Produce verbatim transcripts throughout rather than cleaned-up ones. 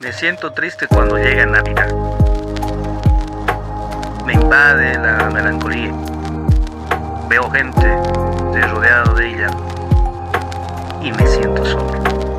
Me siento triste cuando llega Navidad. Me invade la melancolía. Veo gente, estoy rodeado de ella y me siento solo.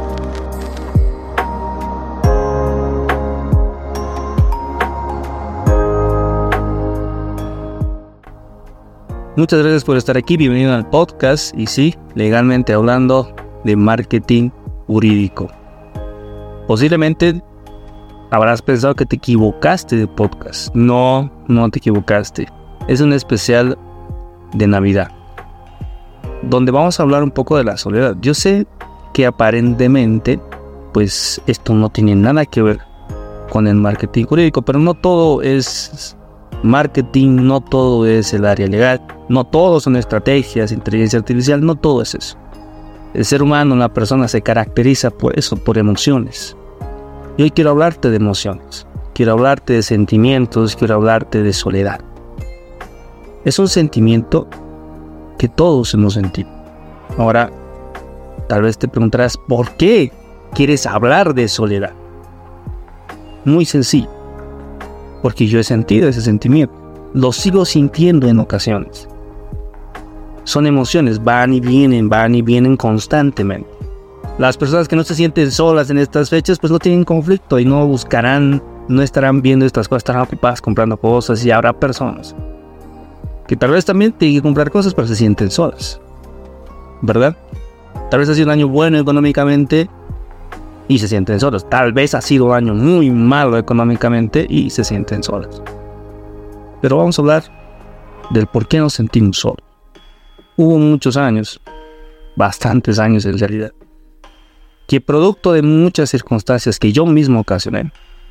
Muchas gracias por estar aquí, bienvenido al podcast y sí, legalmente hablando de marketing jurídico. Posiblemente habrás pensado que te equivocaste de podcast. No, no te equivocaste. Es un especial de Navidad, donde vamos a hablar un poco de la soledad. Yo sé que aparentemente, pues esto no tiene nada que ver con el marketing jurídico, pero no todo es marketing, no todo es el área legal, no todo son estrategias, inteligencia artificial, no todo es eso. El ser humano, la persona se caracteriza por eso, por emociones. Y hoy quiero hablarte de emociones, quiero hablarte de sentimientos, quiero hablarte de soledad. Es un sentimiento que todos hemos sentido. Ahora, tal vez te preguntarás, ¿por qué quieres hablar de soledad? Muy sencillo, porque yo he sentido ese sentimiento, lo sigo sintiendo en ocasiones. Son emociones, van y vienen, van y vienen constantemente. Las personas que no se sienten solas en estas fechas, pues no tienen conflicto y no buscarán, no estarán viendo estas cosas, estarán ocupadas comprando cosas, y habrá personas que tal vez también tienen que comprar cosas, pero se sienten solas, ¿verdad? Tal vez ha sido un año bueno económicamente y se sienten solas. Tal vez ha sido un año muy malo económicamente y se sienten solas. Pero vamos a hablar del por qué nos sentimos solos. Hubo muchos años, bastantes años en realidad, que producto de muchas circunstancias que yo mismo ocasioné,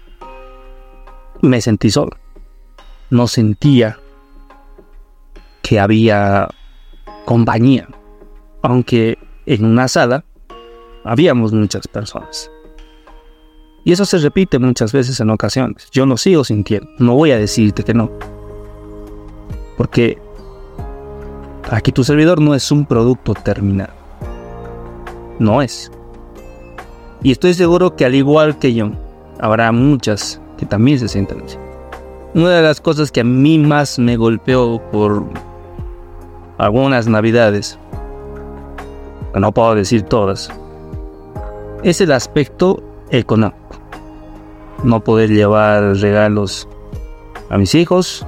me sentí solo. No sentía que había compañía, aunque en una sala habíamos muchas personas. Y eso se repite muchas veces en ocasiones. Yo lo sigo sintiendo, no voy a decirte que no, porque aquí tu servidor no es un producto terminado. No es. Y estoy seguro que al igual que yo, habrá muchas que también se sientan así. Una de las cosas que a mí más me golpeó por algunas navidades, que no puedo decir todas, es el aspecto económico. No poder llevar regalos a mis hijos,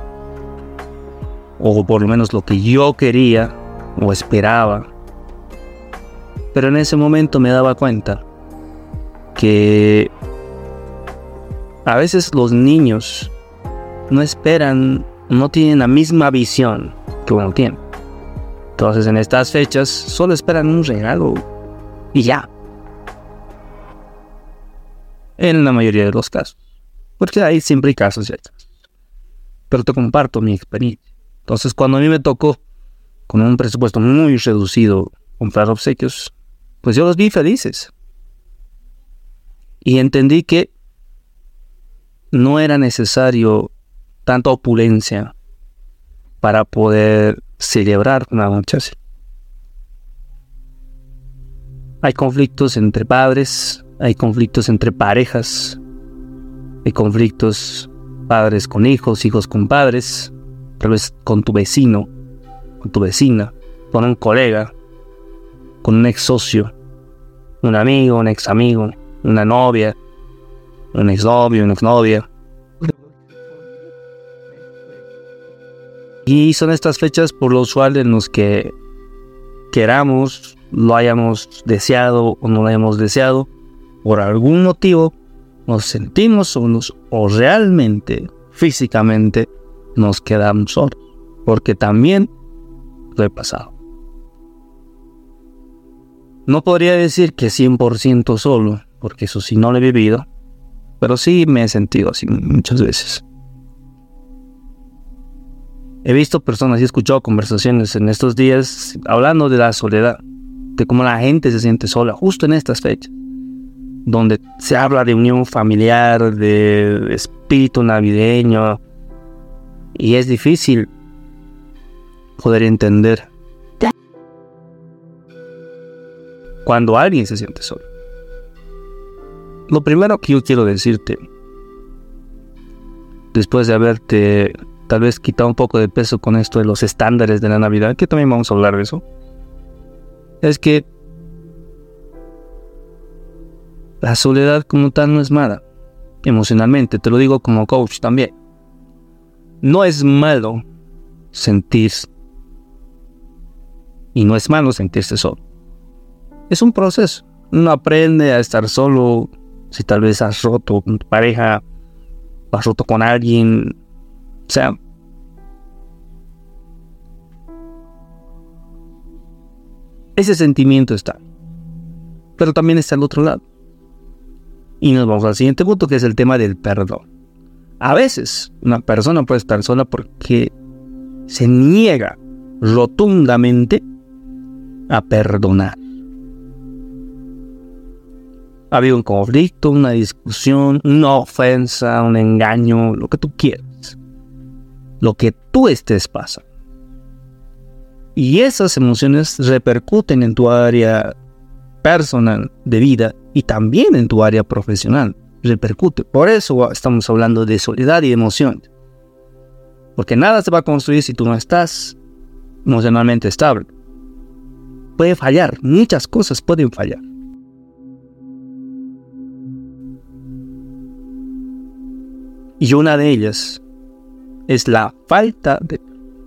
o por lo menos lo que yo quería o esperaba. Pero en ese momento me daba cuenta que a veces los niños no esperan, no tienen la misma visión que uno tiene. Entonces en estas fechas solo esperan un regalo y ya. En la mayoría de los casos. Porque hay siempre casos y hay casos. Pero te comparto mi experiencia. Entonces cuando a mí me tocó, con un presupuesto muy reducido, comprar obsequios, pues yo los vi felices. Y entendí que no era necesario tanta opulencia para poder celebrar una noche así. Hay conflictos entre padres, hay conflictos entre parejas, hay conflictos padres con hijos, hijos con padres, tal vez con tu vecino, con tu vecina, con un colega, con un ex socio, un amigo, un ex amigo, una novia, un exnovio, una exnovia. Y son estas fechas por lo usual en los que queramos, lo hayamos deseado o no lo hayamos deseado, por algún motivo nos sentimos solos o realmente, físicamente, nos quedamos solos. Porque también lo he pasado. No podría decir que cien por ciento solo, porque eso sí no lo he vivido, pero sí me he sentido así muchas veces. He visto personas y he escuchado conversaciones en estos días hablando de la soledad, de cómo la gente se siente sola justo en estas fechas, donde se habla de unión familiar, de espíritu navideño, y es difícil poder entender cuando alguien se siente solo. lo primero que yo quiero decirte, después de haberte tal vez quitado un poco de peso con esto de los estándares de la Navidad, que también vamos a hablar de eso, es que la soledad como tal no es mala, emocionalmente, te lo digo como coach también. No es malo sentir, y no es malo sentirse solo. Es un proceso. Uno aprende a estar solo, si tal vez has roto con tu pareja, has roto con alguien, o sea, ese sentimiento está, pero también está al otro lado. Y nos vamos al siguiente punto, que es el tema del perdón. A veces una persona puede estar sola porque se niega rotundamente a perdonar. Ha habido un conflicto, una discusión, una ofensa, un engaño, lo que tú quieras, lo que tú estés pasando. Y esas emociones repercuten en tu área personal de vida y también en tu área profesional. Repercute. Por eso estamos hablando de soledad y emoción. Porque nada se va a construir si tú no estás emocionalmente estable. Puede fallar, muchas cosas pueden fallar. Y una de ellas es la falta de...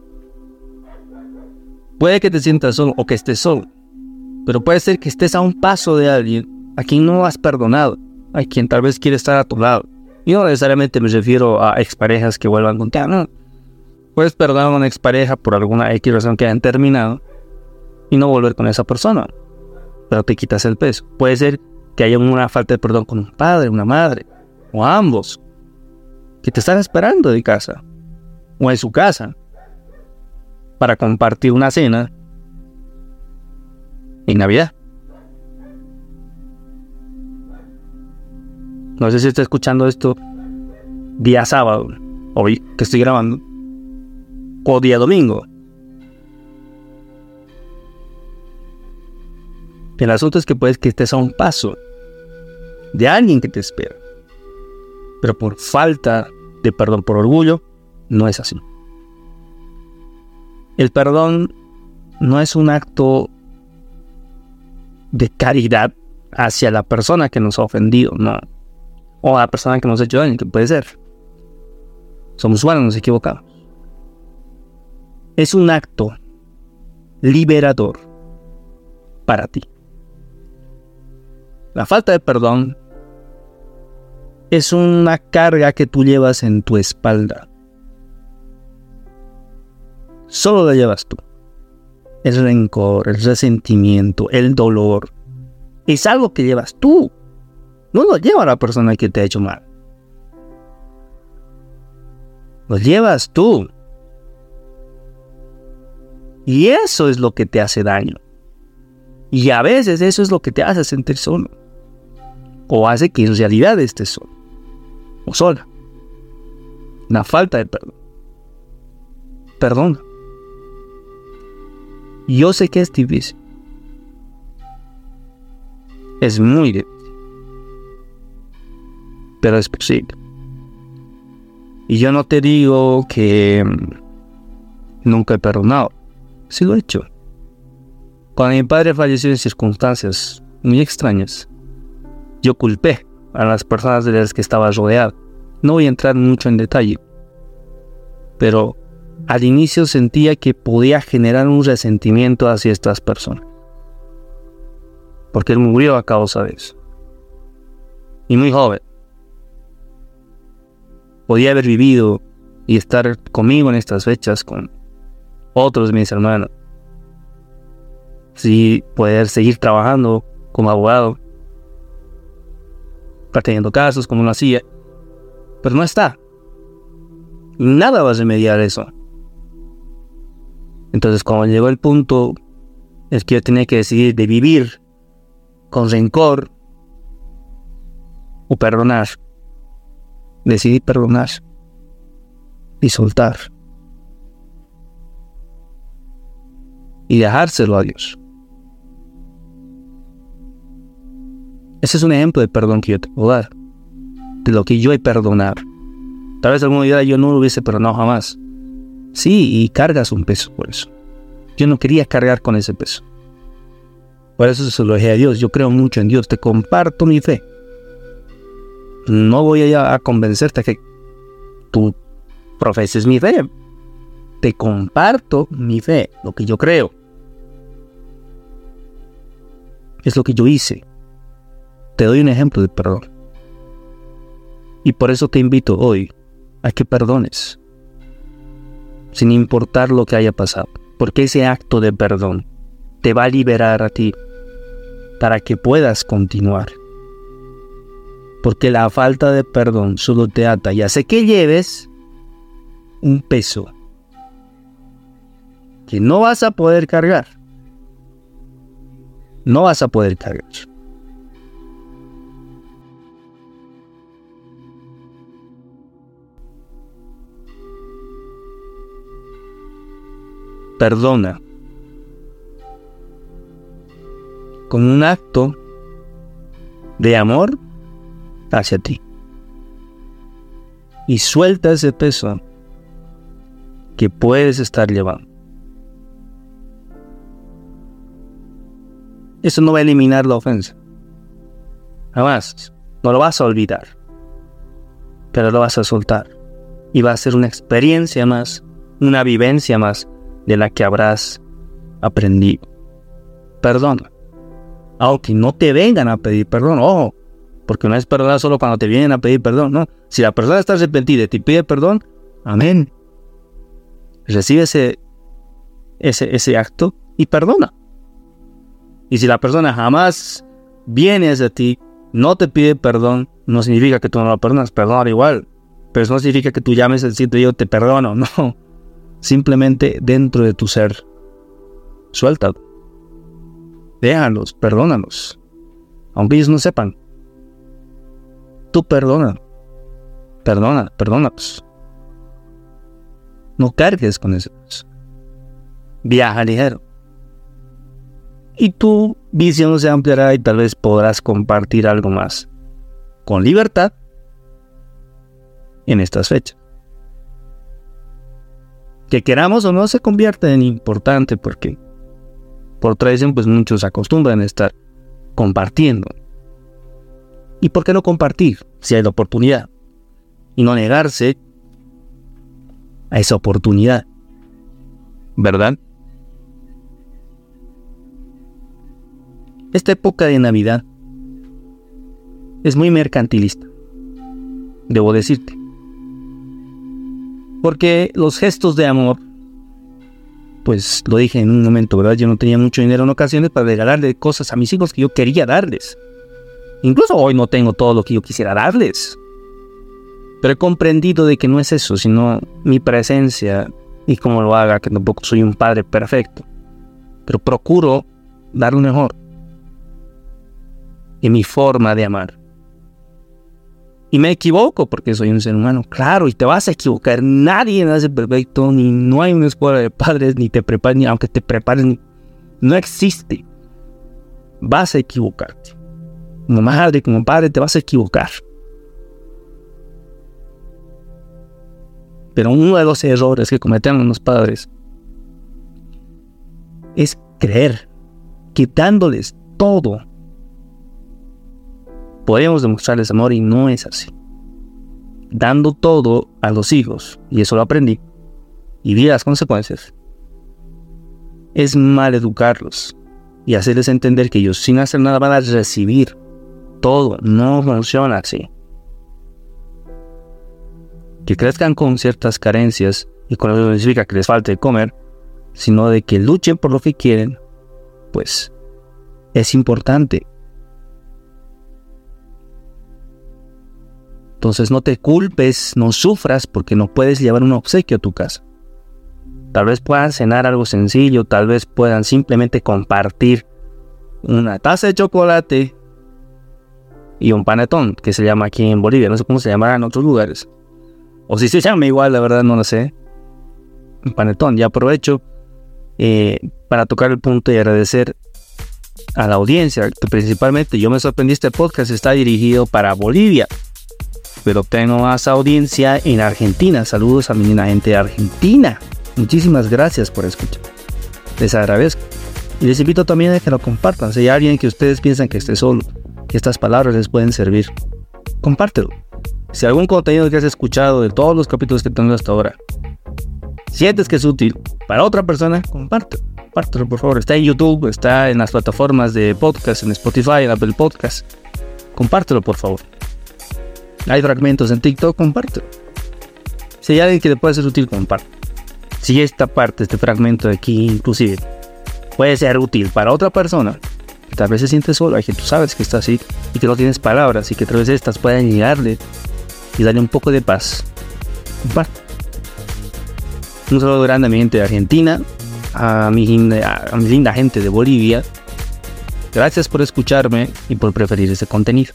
Puede que te sientas solo o que estés solo, pero puede ser que estés a un paso de alguien a quien no has perdonado, a quien tal vez quiere estar a tu lado. Y no necesariamente me refiero a exparejas que vuelvan contigo, no. Puedes perdonar a una expareja por alguna X razón que hayan terminado y no volver con esa persona, pero te quitas el peso. Puede ser que haya una falta de perdón con un padre, una madre, o ambos, que te están esperando de casa, o en su casa, para compartir una cena en Navidad. No sé si está escuchando esto día sábado, hoy que estoy grabando, o día domingo. El asunto es que puedes que estés a un paso de alguien que te espera, pero por falta de perdón, por orgullo, no es así. El perdón no es un acto de caridad hacia la persona que nos ha ofendido, no. O a la persona que nos ha hecho daño, que puede ser. Somos humanos, nos equivocamos. Es un acto liberador para ti. La falta de perdón es una carga que tú llevas en tu espalda. Solo la llevas tú. El rencor, el resentimiento, el dolor. Es algo que llevas tú. No lo lleva la persona que te ha hecho mal. Lo llevas tú. Y eso es lo que te hace daño. Y a veces eso es lo que te hace sentir solo. O hace que en realidad estés solo. O sola. La falta de perdón. Perdona. Yo sé que es difícil. Es muy difícil. Pero es posible. Y yo no te digo que nunca he perdonado. Sí lo he hecho. Cuando mi padre falleció en circunstancias muy extrañas, yo culpé a las personas de las que estaba rodeado. No voy a entrar mucho en detalle, pero al inicio sentía que podía generar un resentimiento hacia estas personas, porque él murió a causa de eso. Y muy joven. Podía haber vivido y estar conmigo en estas fechas con otros de mis hermanos. Sí, poder seguir trabajando como abogado, teniendo casos como lo hacía, pero no está. Nada va a remediar eso. Entonces, cuando llegó el punto es que yo tenía que decidir de vivir con rencor o perdonar, decidí perdonar y soltar y dejárselo a Dios. Ese es un ejemplo de perdón que yo te puedo dar, de lo que yo he perdonado. Tal vez algún día yo no lo hubiese perdonado jamás. Sí, y cargas un peso por eso. Yo no quería cargar con ese peso. Por eso se lo dejé a Dios. Yo creo mucho en Dios. Te comparto mi fe. No voy a, a convencerte que tú profeses mi fe. Te comparto mi fe, lo que yo creo. Es lo que yo hice. Te doy un ejemplo de perdón. Y por eso te invito hoy a que perdones, sin importar lo que haya pasado. Porque ese acto de perdón te va a liberar a ti para que puedas continuar. Porque la falta de perdón solo te ata y hace que lleves un peso que no vas a poder cargar. No vas a poder cargar. Perdona con un acto de amor hacia ti y suelta ese peso que puedes estar llevando. Eso no va a eliminar la ofensa, jamás. No lo vas a olvidar, pero lo vas a soltar y va a ser una experiencia más, una vivencia más de la que habrás aprendido. Perdona, aunque no te vengan a pedir perdón. Ojo, porque no es perdonar solo cuando te vienen a pedir perdón. No, si la persona está arrepentida y te pide perdón, amén. Recibe ese, ese, ese acto y perdona. Y si la persona jamás viene hacia ti, no te pide perdón, no significa que tú no lo perdonas. Perdona igual, pero eso no significa que tú llames al sitio y yo te perdono. No. Simplemente dentro de tu ser, suéltalo. Déjalos, perdónalos. Aunque ellos no sepan. Tú perdona. Perdona, perdónalos. No cargues con eso. Viaja ligero. Y tu visión se ampliará y tal vez podrás compartir algo más con libertad en estas fechas. Que queramos o no se convierte en importante porque por tradición pues muchos acostumbran a estar compartiendo. ¿Y por qué no compartir si hay la oportunidad? Y no negarse a esa oportunidad, ¿verdad? Esta época de Navidad es muy mercantilista, debo decirte. Porque los gestos de amor, pues lo dije en un momento, ¿verdad? Yo no tenía mucho dinero en ocasiones para regalarle cosas a mis hijos que yo quería darles. Incluso hoy no tengo todo lo que yo quisiera darles. Pero he comprendido de que no es eso, sino mi presencia y cómo lo haga, que tampoco soy un padre perfecto. Pero procuro dar lo mejor en mi forma de amar. Y me equivoco porque soy un ser humano, claro, y te vas a equivocar. Nadie nace perfecto, ni no hay una escuela de padres, ni te prepares, ni aunque te prepares, no existe. Vas a equivocarte. Como madre, como padre, te vas a equivocar. Pero uno de los errores que cometemos los padres es creer que dándoles todo podemos demostrarles amor, y no es así. Dando todo a los hijos, y eso lo aprendí, y vi las consecuencias, es mal educarlos y hacerles entender que ellos sin hacer nada van a recibir todo. No funciona así. Que crezcan con ciertas carencias, y con eso no significa que les falte comer, sino de que luchen por lo que quieren, pues es importante. Entonces no te culpes, no sufras porque no puedes llevar un obsequio a tu casa. Tal vez puedan cenar algo sencillo, tal vez puedan simplemente compartir una taza de chocolate y un panetón, que se llama aquí en Bolivia, no sé cómo se llamará en otros lugares. O si se llama igual, la verdad no lo sé. Un panetón. Ya aprovecho eh, para tocar el punto y agradecer a la audiencia, que principalmente yo me sorprendí, este podcast está dirigido para Bolivia, pero tengo más audiencia en Argentina. Saludos a mi linda gente de Argentina. Muchísimas gracias por escuchar. Les agradezco. Y les invito también a que lo compartan. Si hay alguien que ustedes piensan que esté solo, que estas palabras les pueden servir, compártelo. Si algún contenido que has escuchado de todos los capítulos que tengo hasta ahora sientes que es útil para otra persona, compártelo. Compártelo, por favor. Está en YouTube, está en las plataformas de podcast, en Spotify, en Apple Podcast. Compártelo, por favor. Hay fragmentos en TikTok, compártelo. Si hay alguien que le puede ser útil, compártelo. Si esta parte, este fragmento de aquí, inclusive, puede ser útil para otra persona, que tal vez se siente solo, hay que tú sabes que está así y que no tienes palabras y que tal vez estas puedan llegarle y darle un poco de paz, compártelo. Un saludo grande a mi gente de Argentina, a mi, a mi linda gente de Bolivia. Gracias por escucharme y por preferir este contenido.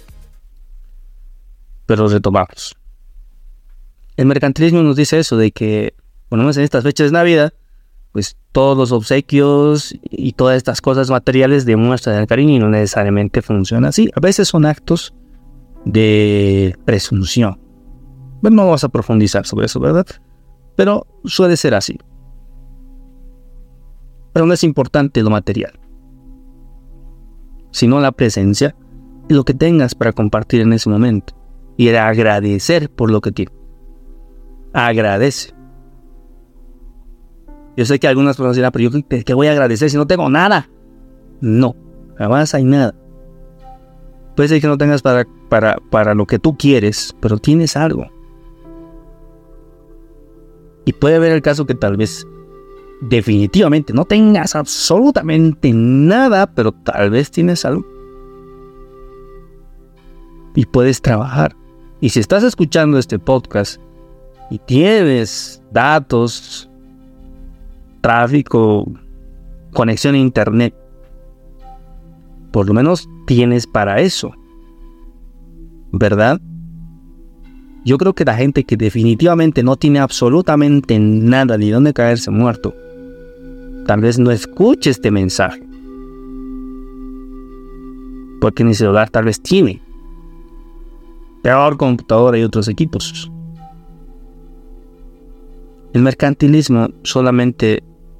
Pero retomamos. El mercantilismo nos dice eso, de que, por lo menos en estas fechas de Navidad, pues todos los obsequios y todas estas cosas materiales demuestran el cariño y no necesariamente funciona así. A veces son actos de presunción. Bueno, no vamos a profundizar sobre eso, ¿verdad? Pero suele ser así. Pero no es importante lo material, sino la presencia y lo que tengas para compartir en ese momento. Y el agradecer por lo que tienes. Agradece. Yo sé que algunas personas dirán, pero yo ¿qué voy a agradecer si no tengo nada? No, jamás hay nada. Puede ser que no tengas para, para, para lo que tú quieres, pero tienes algo. Y puede haber el caso que tal vez definitivamente no tengas absolutamente nada, pero tal vez tienes algo. Y puedes trabajar. Y si estás escuchando este podcast y tienes datos, tráfico, conexión a internet, por lo menos tienes para eso, ¿verdad? Yo creo que la gente que definitivamente no tiene absolutamente nada ni dónde caerse muerto, tal vez no escuche este mensaje, porque ni celular tal vez tiene, peor computadora y otros equipos. El mercantilismo solamente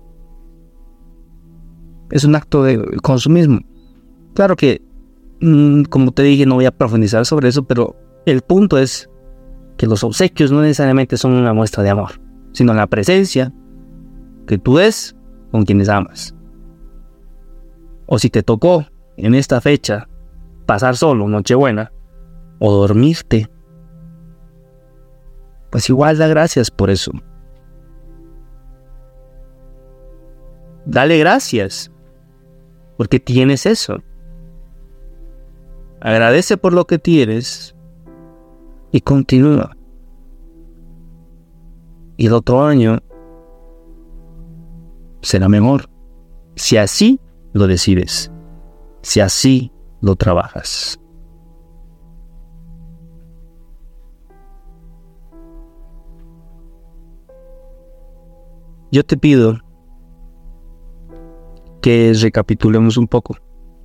es un acto de consumismo. Claro que, mmm, como te dije, no voy a profundizar sobre eso, pero el punto es que los obsequios no necesariamente son una muestra de amor, sino la presencia que tú des con quienes amas. O si te tocó en esta fecha pasar solo Nochebuena o dormirte, pues igual da gracias por eso. Dale gracias porque tienes eso. Agradece por lo que tienes y continúa. Y el otro año será mejor si así lo decides, si así lo trabajas. Yo te pido que recapitulemos un poco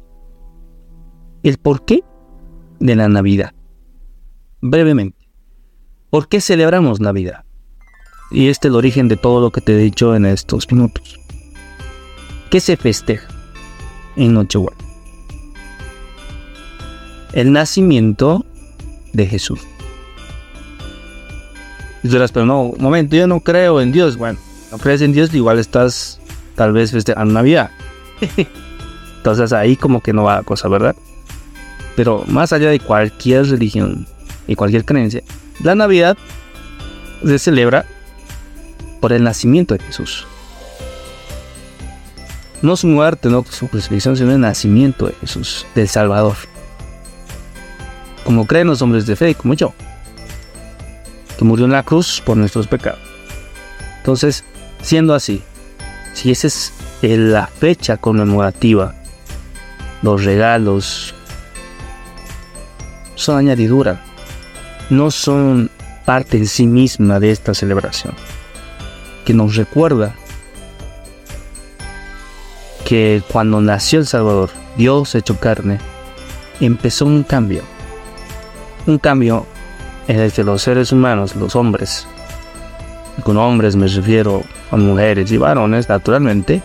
el porqué de la Navidad. Brevemente, ¿por qué celebramos Navidad? Y este es el origen de todo lo que te he dicho en estos minutos. ¿Qué se festeja en Nochebuena? El nacimiento de Jesús. Y tú dirás, pero no, un momento, yo no creo en Dios. Bueno, no crees en Dios, igual estás tal vez festejando Navidad. Entonces ahí como que no va la cosa, ¿verdad? Pero más allá de cualquier religión y cualquier creencia, la Navidad se celebra por el nacimiento de Jesús. No su muerte, no su crucifixión, sino el nacimiento de Jesús, del Salvador. Como creen los hombres de fe, como yo, que murió en la cruz por nuestros pecados. Entonces, siendo así, si esa es la fecha conmemorativa, los regalos son añadidura, no son parte en sí misma de esta celebración, que nos recuerda que cuando nació el Salvador, Dios hecho carne, empezó un cambio. Un cambio en el que los seres humanos, los hombres, y con hombres me refiero a mujeres y varones, naturalmente,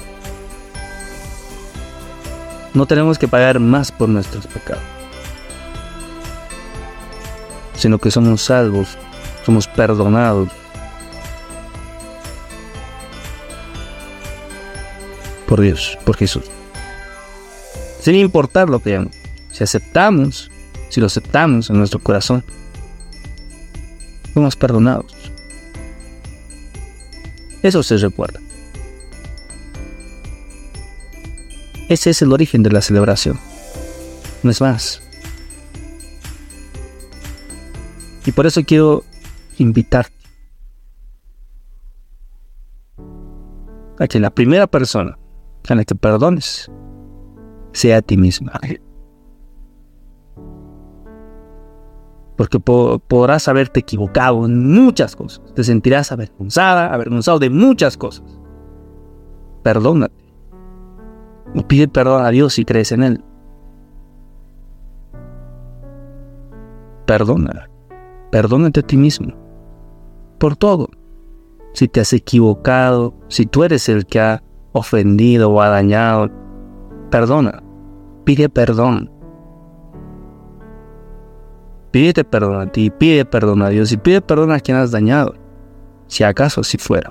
no tenemos que pagar más por nuestros pecados, sino que somos salvos, somos perdonados por Dios, por Jesús. Sin importar lo que hagamos, si aceptamos, si lo aceptamos en nuestro corazón, somos perdonados. Eso se recuerda. Ese es el origen de la celebración. No es más. Y por eso quiero invitarte a que la primera persona a la que perdones sea a ti misma. Porque po- podrás haberte equivocado en muchas cosas. Te sentirás avergonzada, avergonzado de muchas cosas. Perdónate. Y pide perdón a Dios si crees en Él. Perdona. Perdónate a ti mismo. Por todo. Si te has equivocado, si tú eres el que ha ofendido o ha dañado, perdona. Pide perdón. Pídete perdón a ti, pide perdón a Dios y pide perdón a quien has dañado, si acaso así fuera.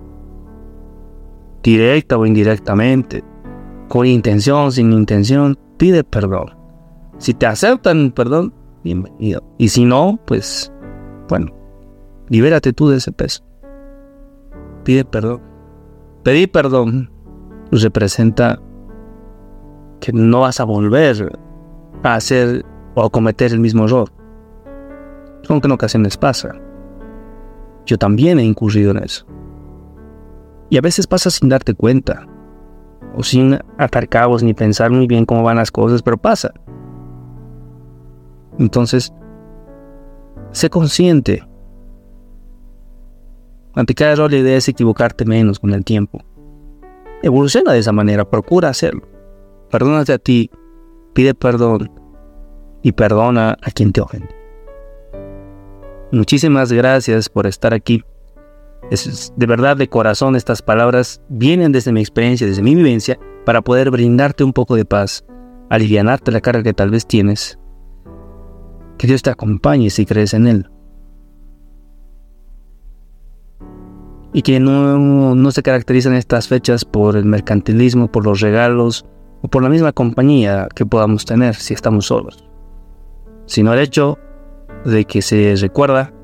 Directa o indirectamente, con intención, sin intención, pide perdón. Si te aceptan perdón, bienvenido. Y si no, pues, bueno, libérate tú de ese peso. Pide perdón. Pedir perdón representa que no vas a volver a hacer o a cometer el mismo error. Aunque en ocasiones pasa. Yo también he incurrido en eso. Y a veces pasa sin darte cuenta. O sin atar cabos ni pensar muy bien cómo van las cosas, pero pasa. Entonces, sé consciente. Ante cada error la idea es equivocarte menos con el tiempo. Evoluciona de esa manera, procura hacerlo. Perdónate a ti, pide perdón y perdona a quien te ofende. Muchísimas gracias por estar aquí. Es de verdad, de corazón, estas palabras vienen desde mi experiencia, desde mi vivencia, para poder brindarte un poco de paz, alivianarte la carga que tal vez tienes. Que Dios te acompañe si crees en Él. Y que no, no se caracterizan estas fechas por el mercantilismo, por los regalos o por la misma compañía que podamos tener si estamos solos, sino el hecho de que se recuerda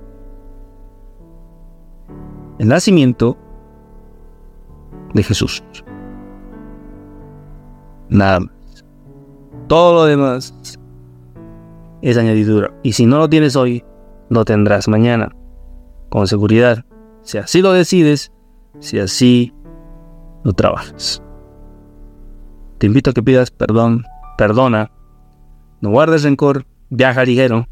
el nacimiento de Jesús. Nada más. Todo lo demás es añadidura. Y si no lo tienes hoy, lo tendrás mañana, con seguridad. Si así lo decides, si así lo trabajas. Te invito a que pidas perdón, perdona, no guardes rencor, viaja ligero,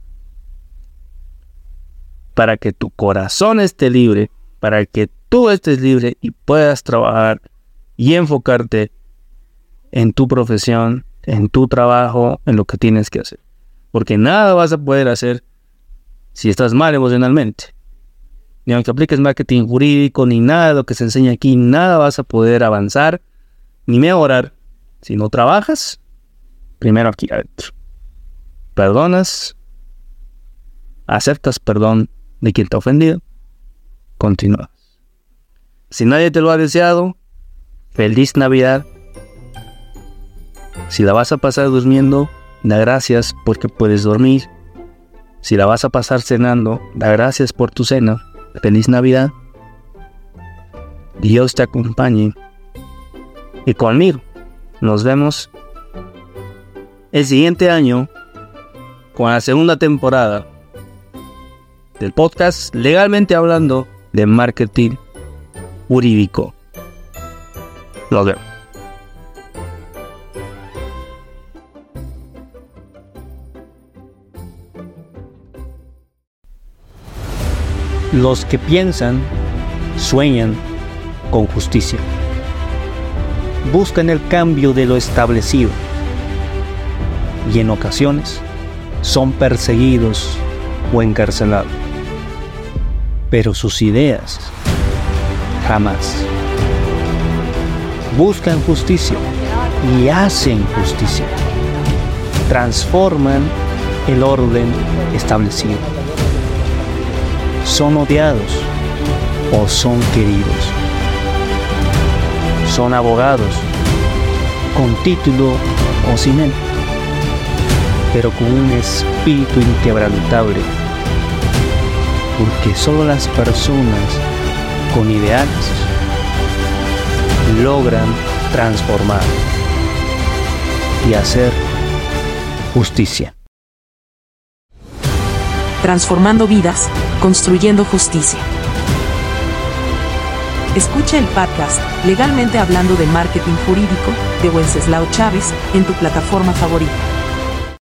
para que tu corazón esté libre, para que tú estés libre y puedas trabajar y enfocarte en tu profesión, en tu trabajo, en lo que tienes que hacer. Porque nada vas a poder hacer si estás mal emocionalmente. Ni aunque apliques marketing jurídico, ni nada de lo que se enseña aquí, nada vas a poder avanzar, ni mejorar, si no trabajas, primero aquí adentro. Perdonas, aceptas perdón de quien te ha ofendido, continúas. Si nadie te lo ha deseado, feliz Navidad. Si la vas a pasar durmiendo, da gracias porque puedes dormir. Si la vas a pasar cenando, da gracias por tu cena. Feliz Navidad. Dios te acompañe. Y conmigo nos vemos el siguiente año con la segunda temporada del podcast Legalmente Hablando de Marketing Jurídico. Nos vemos. Los que piensan, sueñan con justicia. Buscan el cambio de lo establecido y en ocasiones son perseguidos o encarcelados. Pero sus ideas jamás. Buscan justicia y hacen justicia. Transforman el orden establecido. Son odiados o son queridos. Son abogados con título o sin él, pero con un espíritu inquebrantable, porque solo las personas con ideales logran transformar y hacer justicia. Transformando vidas, construyendo justicia. Escucha el podcast Legalmente Hablando de Marketing Jurídico de Wenceslao Chávez en tu plataforma favorita.